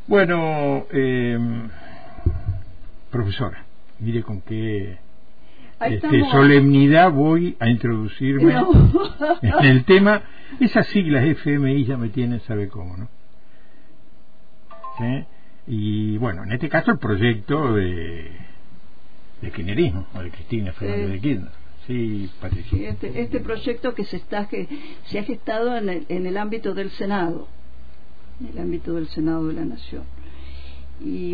Bueno, profesora, mire con qué solemnidad voy a introducirme en el tema. Esas siglas FMI ya me tienen, sabe cómo, ¿no? ¿Sí? Y bueno, en este caso el proyecto de kirchnerismo, o de Cristina Fernández de Kirchner. Sí, Patricia. Este proyecto que se ha gestado en el ámbito del Senado, en el ámbito del Senado de la Nación, y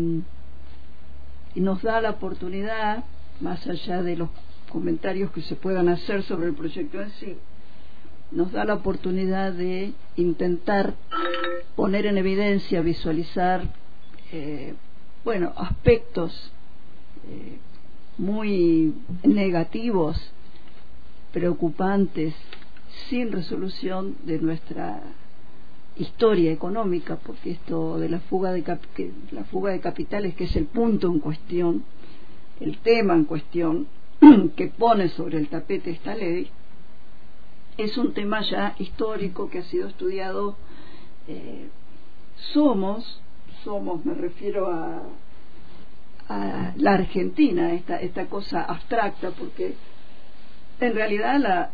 nos da la oportunidad, más allá de los comentarios que se puedan hacer sobre el proyecto en sí, nos da la oportunidad de intentar poner en evidencia, visualizar aspectos muy negativos, preocupantes, sin resolución de nuestra historia económica, porque esto de la fuga de capitales, que es el punto en cuestión, el tema en cuestión que pone sobre el tapete esta ley, es un tema ya histórico que ha sido estudiado. Me refiero a la Argentina, esta cosa abstracta, porque en realidad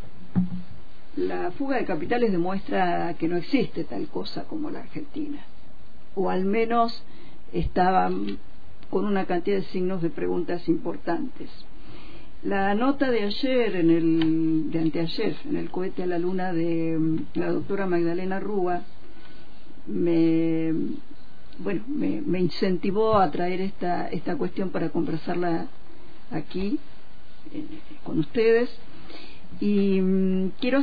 la fuga de capitales demuestra que no existe tal cosa como la Argentina, o al menos estaba con una cantidad de signos de preguntas importantes. La nota de ayer, de anteayer, en el cohete a la luna de la doctora Magdalena Rúa, me incentivó a traer esta cuestión para conversarla aquí con ustedes. Y quiero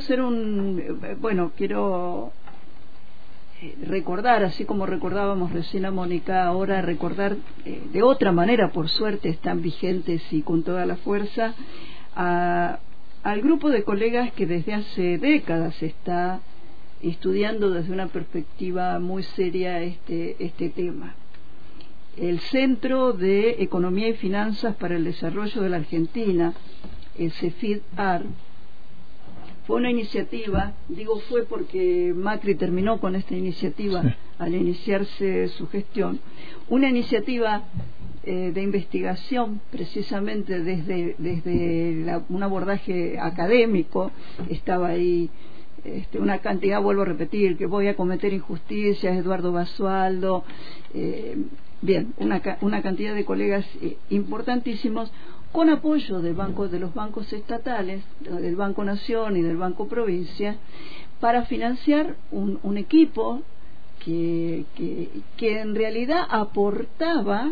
recordar, así como recordábamos recién a Mónica, ahora recordar de otra manera, por suerte están vigentes y con toda la fuerza, al grupo de colegas que desde hace décadas está estudiando desde una perspectiva muy seria este tema. El Centro de Economía y Finanzas para el Desarrollo de la Argentina, el CEFID-AR, fue una iniciativa, digo fue porque Macri terminó con esta iniciativa al iniciarse su gestión, una iniciativa de investigación precisamente desde un abordaje académico. Estaba ahí una cantidad, vuelvo a repetir, que voy a cometer injusticias, Eduardo Basualdo, una cantidad de colegas importantísimos, con apoyo de los bancos estatales, del Banco Nación y del Banco Provincia, para financiar un equipo que en realidad aportaba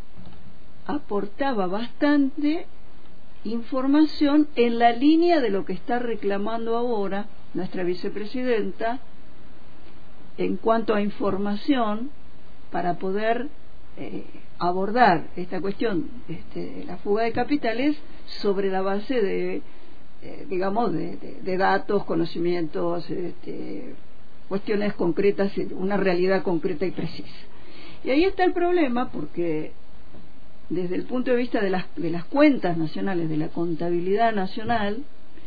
bastante información en la línea de lo que está reclamando ahora nuestra vicepresidenta en cuanto a información para poder abordar esta cuestión, la fuga de capitales, sobre la base de datos, conocimientos, cuestiones concretas, una realidad concreta y precisa. Y ahí está el problema, porque desde el punto de vista de las cuentas nacionales, de la contabilidad nacional,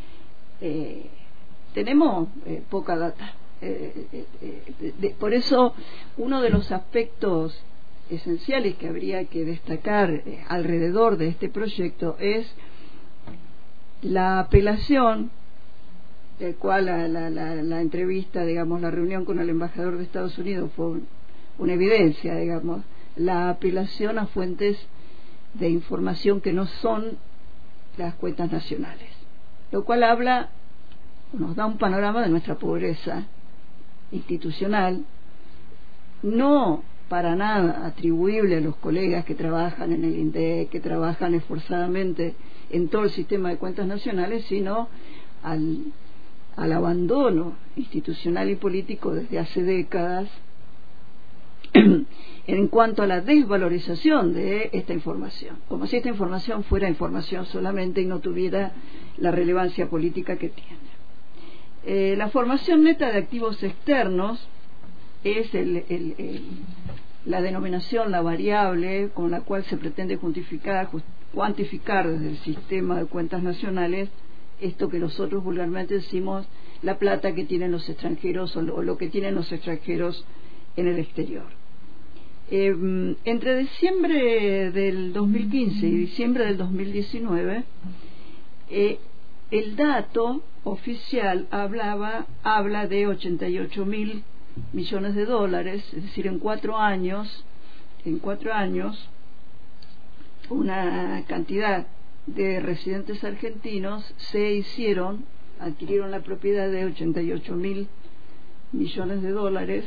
tenemos poca data. Por eso, uno de los aspectos esenciales que habría que destacar alrededor de este proyecto es la apelación, del cual la entrevista, la reunión con el embajador de Estados Unidos fue una evidencia, la apelación a fuentes de información que no son las cuentas nacionales, lo cual nos da un panorama de nuestra pobreza institucional, no para nada atribuible a los colegas que trabajan en el INDEC, que trabajan esforzadamente en todo el sistema de cuentas nacionales, sino al abandono institucional y político desde hace décadas en cuanto a la desvalorización de esta información, como si esta información fuera información solamente y no tuviera la relevancia política que tiene. La formación neta de activos externos es la denominación, la variable con la cual se pretende cuantificar desde el sistema de cuentas nacionales esto que nosotros vulgarmente decimos la plata que tienen los extranjeros o lo que tienen los extranjeros en el exterior. Entre diciembre del 2015 y diciembre del 2019, el dato oficial habla de 88.000 millones de dólares, es decir, en 4 años, una cantidad de residentes argentinos adquirieron la propiedad de 88.000 millones de dólares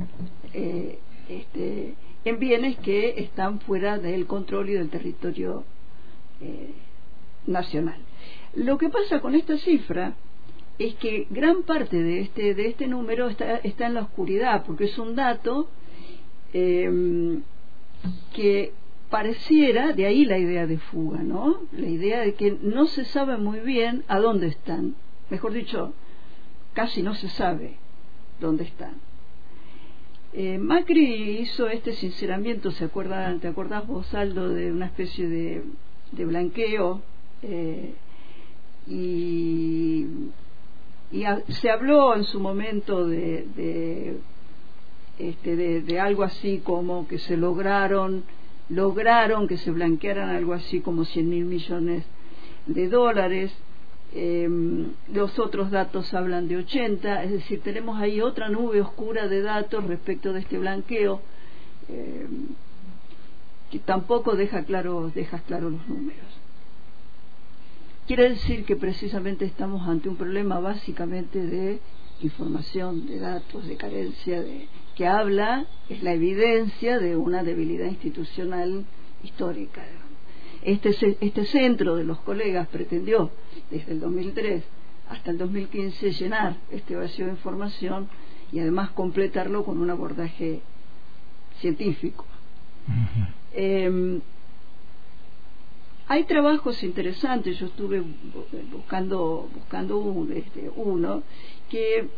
en bienes que están fuera del control y del territorio nacional. Lo que pasa con esta cifra es que gran parte de este número está en la oscuridad, porque es un dato que pareciera, de ahí la idea de fuga, ¿no? La idea de que no se sabe muy bien a dónde están. Mejor dicho, casi no se sabe dónde están. Macri hizo este sinceramiento, ¿te acordás vos, Aldo, de una especie de blanqueo? Se habló en su momento de algo así como que se lograron que se blanquearan algo así como 100.000 millones de dólares. Los otros datos hablan de 80, es decir, tenemos ahí otra nube oscura de datos respecto de este blanqueo, que tampoco dejas claros los números. Quiere decir que precisamente estamos ante un problema básicamente de información, de datos, de carencia, que es la evidencia de una debilidad institucional histórica. Este centro de los colegas pretendió desde el 2003 hasta el 2015 llenar este vacío de información y además completarlo con un abordaje científico. Hay trabajos interesantes. Yo estuve buscando uno que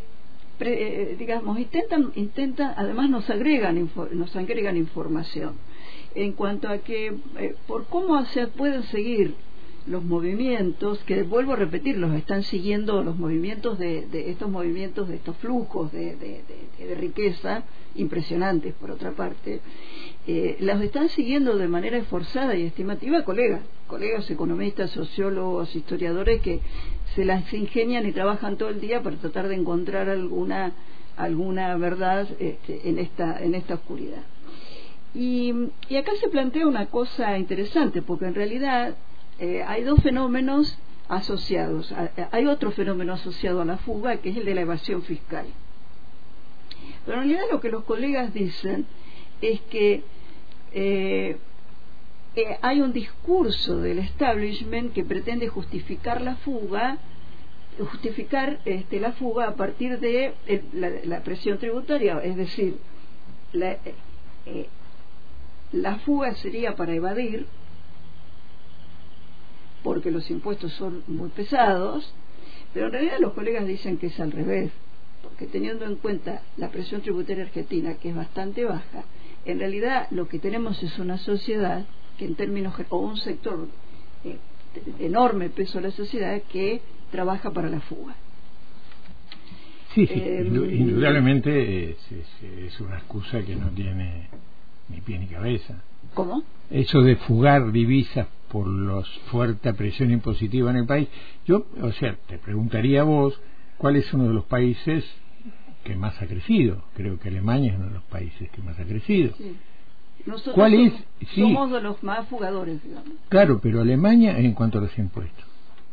intentan, además nos agregan información en cuanto a que por cómo pueden seguir los movimientos, que vuelvo a repetir, los están siguiendo los movimientos de estos flujos de riqueza impresionantes, por otra parte, los están siguiendo de manera esforzada y estimativa colegas economistas, sociólogos, historiadores que se las ingenian y trabajan todo el día para tratar de encontrar alguna verdad en esta oscuridad. Y acá se plantea una cosa interesante, porque en realidad hay dos fenómenos asociados. Hay otro fenómeno asociado a la fuga, que es el de la evasión fiscal. Pero en realidad lo que los colegas dicen es que hay un discurso del establishment que pretende justificar la fuga a partir de la presión tributaria, es decir, la fuga sería para evadir, porque los impuestos son muy pesados, pero en realidad los colegas dicen que es al revés, porque teniendo en cuenta la presión tributaria argentina, que es bastante baja, en realidad lo que tenemos es una sociedad que o un sector de enorme peso de la sociedad que trabaja para la fuga. Sí, indudablemente es una excusa que no tiene ni pie ni cabeza. ¿Cómo? Eso de fugar divisas por la fuerte presión impositiva en el país. Te preguntaría a vos, ¿cuál es uno de los países que más ha crecido? Creo que Alemania es uno de los países que más ha crecido. Sí. Nosotros somos de los más fugadores, digamos. Claro, pero Alemania en cuanto a los impuestos.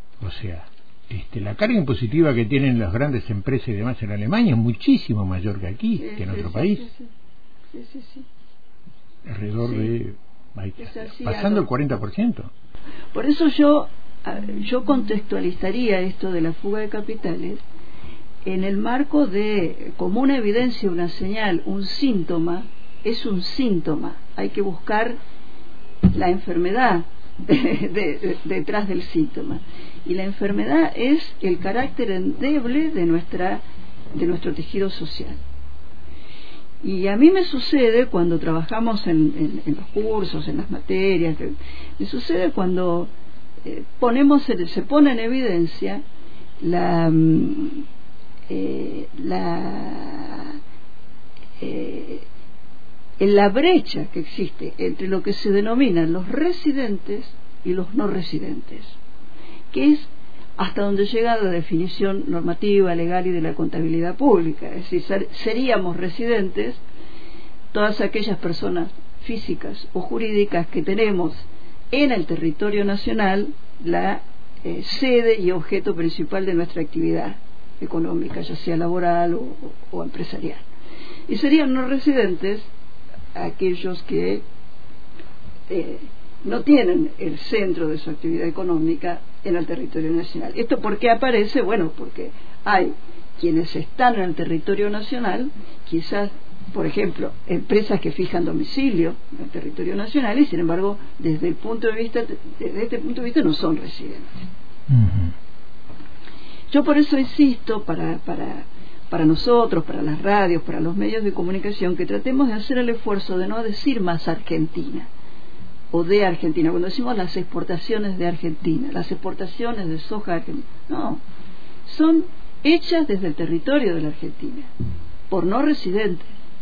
La carga impositiva que tienen las grandes empresas y demás en Alemania es muchísimo mayor que aquí, que en otro país. Sí. Alrededor de... pasando el 40%. Por eso yo contextualizaría esto de la fuga de capitales en el marco de, como una evidencia, una señal, un síntoma. Es un síntoma, hay que buscar la enfermedad detrás del síntoma, y la enfermedad es el carácter endeble de nuestro tejido social. Y a mí me sucede cuando trabajamos en los cursos, en las materias, me sucede cuando se pone en evidencia en la brecha que existe entre lo que se denominan los residentes y los no residentes, que es hasta donde llega la definición normativa, legal y de la contabilidad pública. Es decir, seríamos residentes todas aquellas personas físicas o jurídicas que tenemos en el territorio nacional la sede y objeto principal de nuestra actividad económica, ya sea laboral o empresarial. Y serían no residentes aquellos que no tienen el centro de su actividad económica en el territorio nacional. ¿Esto por qué aparece? Bueno, porque hay quienes están en el territorio nacional, quizás, por ejemplo, empresas que fijan domicilio en el territorio nacional y, sin embargo, desde este punto de vista no son residentes. Uh-huh. Yo por eso insisto para nosotros, para las radios, para los medios de comunicación, que tratemos de hacer el esfuerzo de no decir más Argentina o de Argentina. Cuando decimos las exportaciones de Argentina, las exportaciones de soja de Argentina, no, son hechas desde el territorio de la Argentina, por no residentes.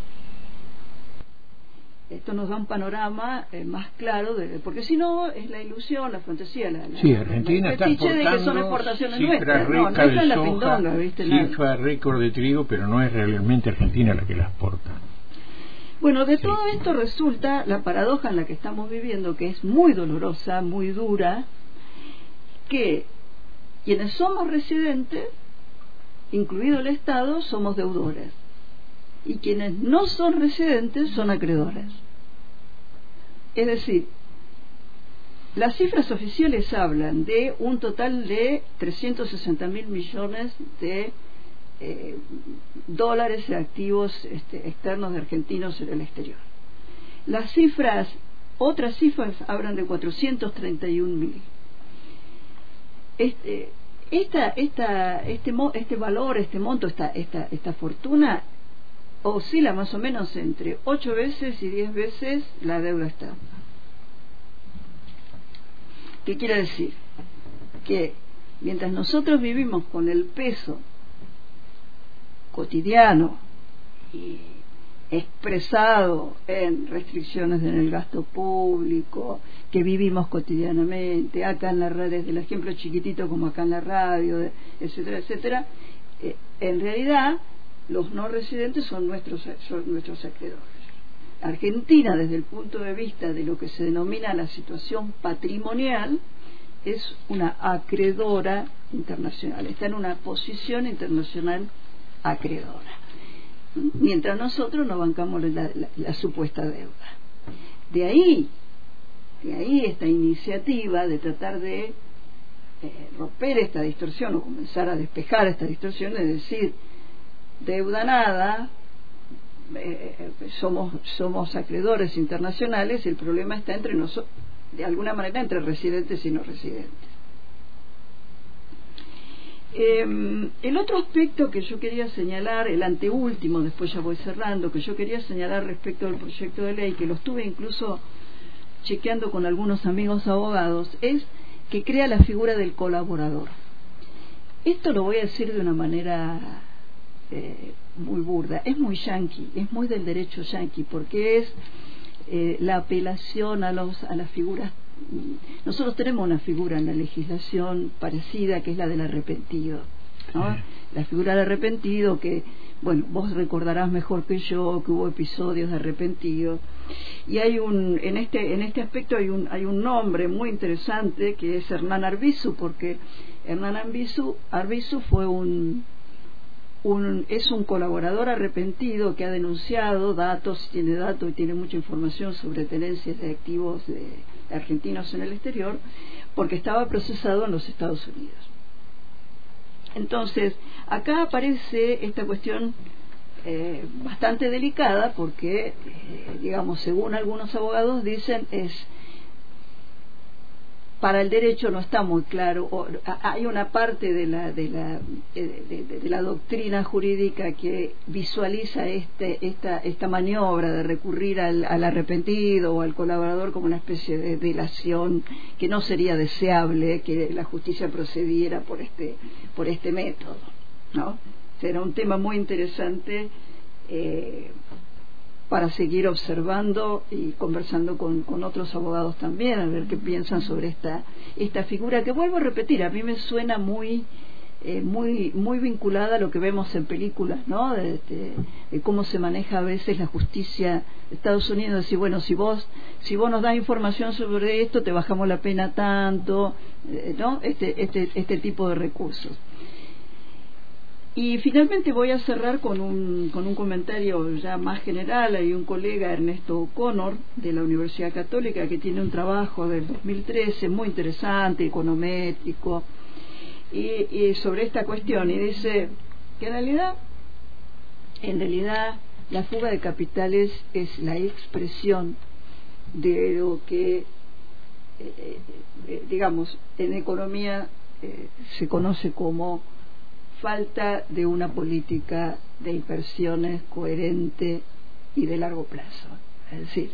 Esto nos da un panorama más claro, porque si no es la ilusión, la fantasía, sí, Argentina está exportando de que son exportaciones nuestras. No es la pindonga, ¿viste? Cifra récord de trigo, pero no es realmente Argentina la que la exporta. Bueno, de todo esto resulta la paradoja en la que estamos viviendo, que es muy dolorosa, muy dura, que quienes somos residentes, incluido el Estado, somos deudores, y quienes no son residentes son acreedores. Es decir, las cifras oficiales hablan de un total de 360.000 millones de dólares de activos externos de argentinos en el exterior. Las cifras, otras cifras hablan de 431.000. Este valor, este monto, esta fortuna oscila más o menos entre 8 veces y 10 veces la deuda externa. ¿Qué quiere decir? Que mientras nosotros vivimos con el peso cotidiano y expresado en restricciones en el gasto público que vivimos cotidianamente, acá en las redes, del ejemplo chiquitito como acá en la radio, etcétera, etcétera, en realidad los no residentes son nuestros acreedores. Argentina, desde el punto de vista de lo que se denomina la situación patrimonial, es una acreedora internacional, está en una posición internacional acreedora, mientras nosotros no bancamos la supuesta deuda. De ahí esta iniciativa de tratar de romper esta distorsión o comenzar a despejar esta distorsión, es decir, deuda nada, somos acreedores internacionales, el problema está entre nosotros, de alguna manera entre residentes y no residentes. El otro aspecto que yo quería señalar, el anteúltimo, después ya voy cerrando, que yo quería señalar respecto del proyecto de ley, que lo estuve incluso chequeando con algunos amigos abogados, es que crea la figura del colaborador. Esto lo voy a decir de una manera muy burda, es muy yanqui, es muy del derecho yanqui, porque es la apelación a las figuras. Nosotros tenemos una figura en la legislación parecida, que es la del arrepentido, ¿no? La figura del arrepentido, que, bueno, vos recordarás mejor que yo que hubo episodios de arrepentido, y hay en este aspecto hay un nombre muy interesante, que es Hernán Arbizu, porque Hernán Arbizu fue es un colaborador arrepentido que ha denunciado tiene datos y tiene mucha información sobre tenencias de activos de argentinos en el exterior, porque estaba procesado en los Estados Unidos. Entonces, acá aparece esta cuestión bastante delicada, porque, digamos, según algunos abogados dicen, para el derecho no está muy claro, hay una parte de la doctrina jurídica que visualiza esta maniobra de recurrir al arrepentido o al colaborador como una especie de delación, que no sería deseable que la justicia procediera por este método, ¿no? Será un tema muy interesante para seguir observando y conversando con otros abogados también, a ver qué piensan sobre esta figura, que vuelvo a repetir, a mí me suena muy vinculada a lo que vemos en películas, ¿no? De cómo se maneja a veces la justicia de Estados Unidos, decir, bueno, si vos nos das información sobre esto, te bajamos la pena tanto, ¿no? Este tipo de recursos. Y finalmente voy a cerrar con un comentario ya más general. Hay un colega, Ernesto O'Connor, de la Universidad Católica, que tiene un trabajo del 2013 muy interesante, econométrico, y sobre esta cuestión, y dice que en realidad la fuga de capitales es la expresión de lo que digamos en economía se conoce como falta de una política de inversiones coherente y de largo plazo. Es decir,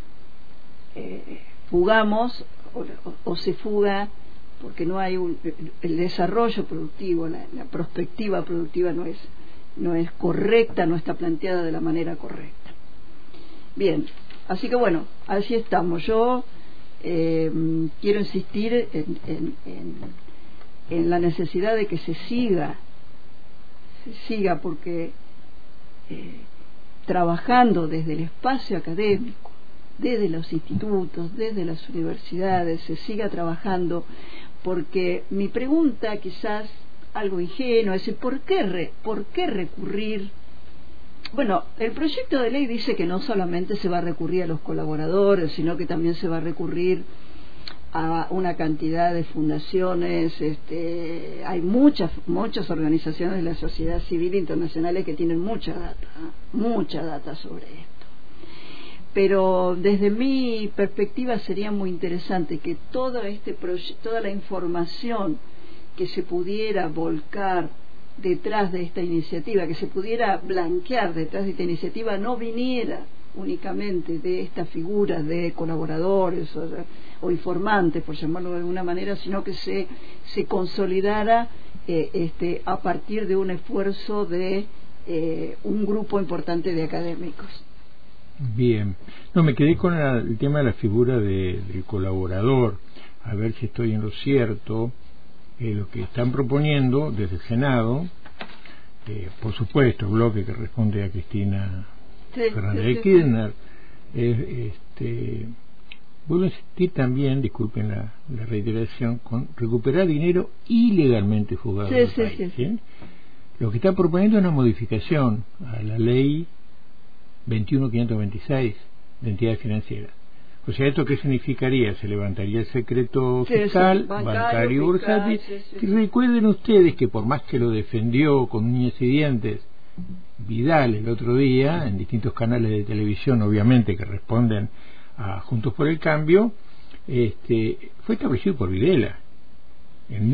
fugamos o se fuga porque no hay el desarrollo productivo, la perspectiva productiva no es correcta, no está planteada de la manera correcta. Bien, así que bueno, así estamos. Yo quiero insistir en la necesidad de que se siga porque trabajando desde el espacio académico, desde los institutos, desde las universidades, se siga trabajando, porque mi pregunta, quizás algo ingenua, es ¿por qué recurrir? Bueno, el proyecto de ley dice que no solamente se va a recurrir a los colaboradores, sino que también se va a recurrir a una cantidad de fundaciones. Hay muchas organizaciones de la sociedad civil internacionales que tienen mucha data sobre esto. Pero desde mi perspectiva sería muy interesante que toda la información que se pudiera volcar detrás de esta iniciativa, que se pudiera blanquear detrás de esta iniciativa, no viniera únicamente de estas figuras de colaboradores o informantes, por llamarlo de alguna manera, sino que se consolidara a partir de un esfuerzo de un grupo importante de académicos. Bien, no, me quedé con el tema de la figura del colaborador, a ver si estoy en lo cierto. Lo que están proponiendo desde el Senado, por supuesto, el bloque que responde a Cristina Fernández de Kirchner, vuelvo a insistir también, disculpen la reiteración, con recuperar dinero ilegalmente fugado del país. ¿Sí? Lo que está proponiendo es una modificación a la ley 21.526 de entidades financieras. O sea, ¿esto qué significaría? Se levantaría el secreto fiscal, bancario, bursátil. Y recuerden ustedes que por más que lo defendió con uñas y dientes Vidal el otro día, en distintos canales de televisión, obviamente, que responden a Juntos por el Cambio, fue establecido por Videla en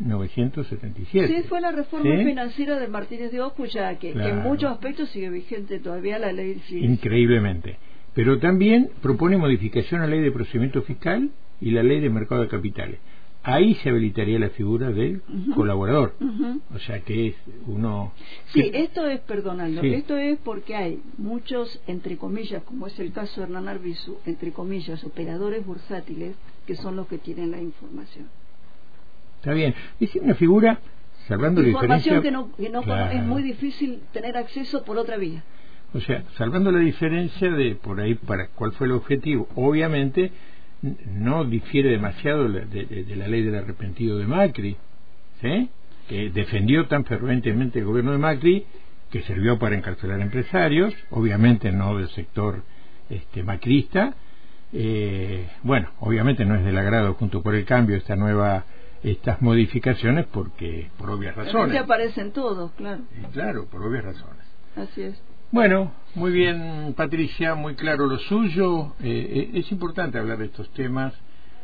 1977. Sí, fue la reforma financiera de Martínez de Oz, que en muchos aspectos sigue vigente todavía la ley. Increíblemente. Pero también propone modificación a la ley de procedimiento fiscal y la ley de mercado de capitales. Ahí se habilitaría la figura del colaborador. O sea que es uno... Sí, esto es, perdonando, esto es porque hay muchos, entre comillas, como es el caso de Hernán Arbizu, entre comillas, operadores bursátiles, que son los que tienen la información. Está bien. Es una figura, salvando la diferencia... Información que no es muy difícil tener acceso por otra vía. O sea, salvando la diferencia de por ahí para cuál fue el objetivo, obviamente no difiere demasiado de la ley del arrepentido de Macri, ¿sí? Que defendió tan fervientemente el gobierno de Macri, que sirvió para encarcelar empresarios, obviamente no del sector macrista. Bueno, obviamente no es del agrado Junto por el Cambio estas modificaciones porque por obvias razones. Aquí aparecen todos, claro. Claro, por obvias razones. Así es. Bueno, muy bien, Patricia, muy claro lo suyo. Es importante hablar de estos temas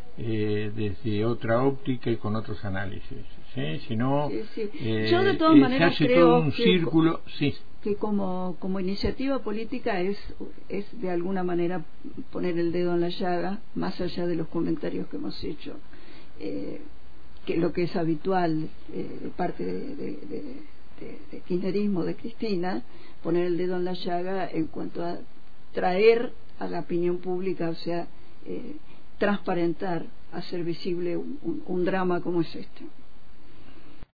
desde otra óptica y con otros análisis. ¿Sí? Si no, yo de todas maneras se hace creo todo un círculo. Que como iniciativa política es de alguna manera poner el dedo en la llaga, más allá de los comentarios que hemos hecho, que lo que es habitual de parte de kirchnerismo, de Cristina, poner el dedo en la llaga en cuanto a traer a la opinión pública, o sea, transparentar, hacer visible un drama como es este.